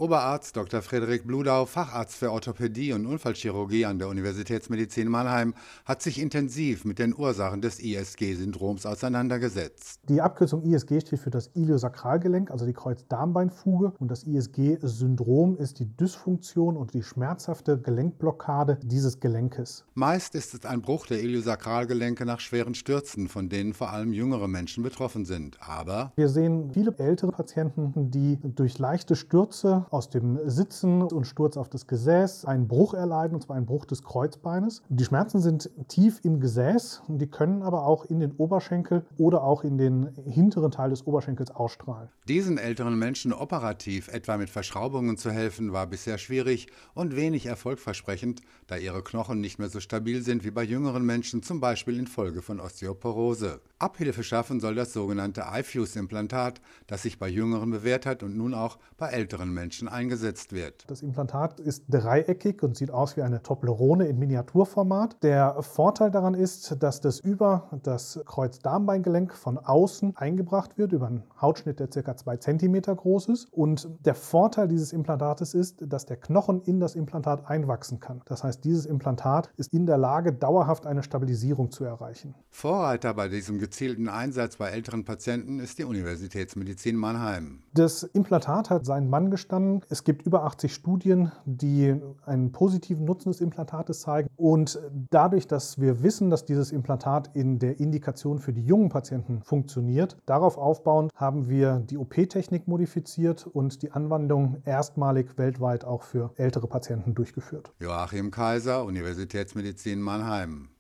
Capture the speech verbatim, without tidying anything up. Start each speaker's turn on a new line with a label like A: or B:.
A: Oberarzt Doktor Frederik Bludau, Facharzt für Orthopädie und Unfallchirurgie an der Universitätsmedizin Mannheim, hat sich intensiv mit den Ursachen des I S G-Syndroms auseinandergesetzt.
B: Die Abkürzung I S G steht für das Iliosakralgelenk, also die Kreuzdarmbeinfuge. Und das I S G-Syndrom ist die Dysfunktion und die schmerzhafte Gelenkblockade dieses Gelenkes.
A: Meist ist es ein Bruch der Iliosakralgelenke nach schweren Stürzen, von denen vor allem jüngere Menschen betroffen sind. Aber
B: Wir sehen viele ältere Patienten, die durch leichte Stürze aus dem Sitzen und Sturz auf das Gesäß einen Bruch erleiden, und zwar einen Bruch des Kreuzbeines. Die Schmerzen sind tief im Gesäß, die können aber auch in den Oberschenkel oder auch in den hinteren Teil des Oberschenkels ausstrahlen.
A: diesen älteren Menschen operativ, etwa mit Verschraubungen zu helfen, war bisher schwierig und wenig erfolgversprechend, da ihre Knochen nicht mehr so stabil sind wie bei jüngeren Menschen, zum Beispiel infolge von Osteoporose. Abhilfe schaffen soll das sogenannte iFuse-Implantat, das sich bei Jüngeren bewährt hat und nun auch bei älteren Menschen eingesetzt wird.
B: Das Implantat ist dreieckig und sieht aus wie eine Toblerone in Miniaturformat. Der Vorteil daran ist, dass das über das Kreuzdarmbeingelenk von außen eingebracht wird, über einen Hautschnitt, der ca. zwei Zentimeter groß ist. Und der Vorteil dieses Implantates ist, dass der Knochen in das Implantat einwachsen kann. Das heißt, dieses Implantat ist in der Lage, dauerhaft eine Stabilisierung zu erreichen.
A: Vorreiter bei diesem gezielten Einsatz bei älteren Patienten ist die Universitätsmedizin Mannheim.
B: Das Implantat hat seinen Mann gestanden. Es gibt über achtzig Studien, die einen positiven Nutzen des Implantates zeigen. Und dadurch, dass wir wissen, dass dieses Implantat in der Indikation für die jungen Patienten funktioniert, darauf aufbauend haben wir die O P-Technik modifiziert und die Anwendung erstmalig weltweit auch für ältere Patienten durchgeführt.
A: Joachim Kaiser, Universitätsmedizin Mannheim.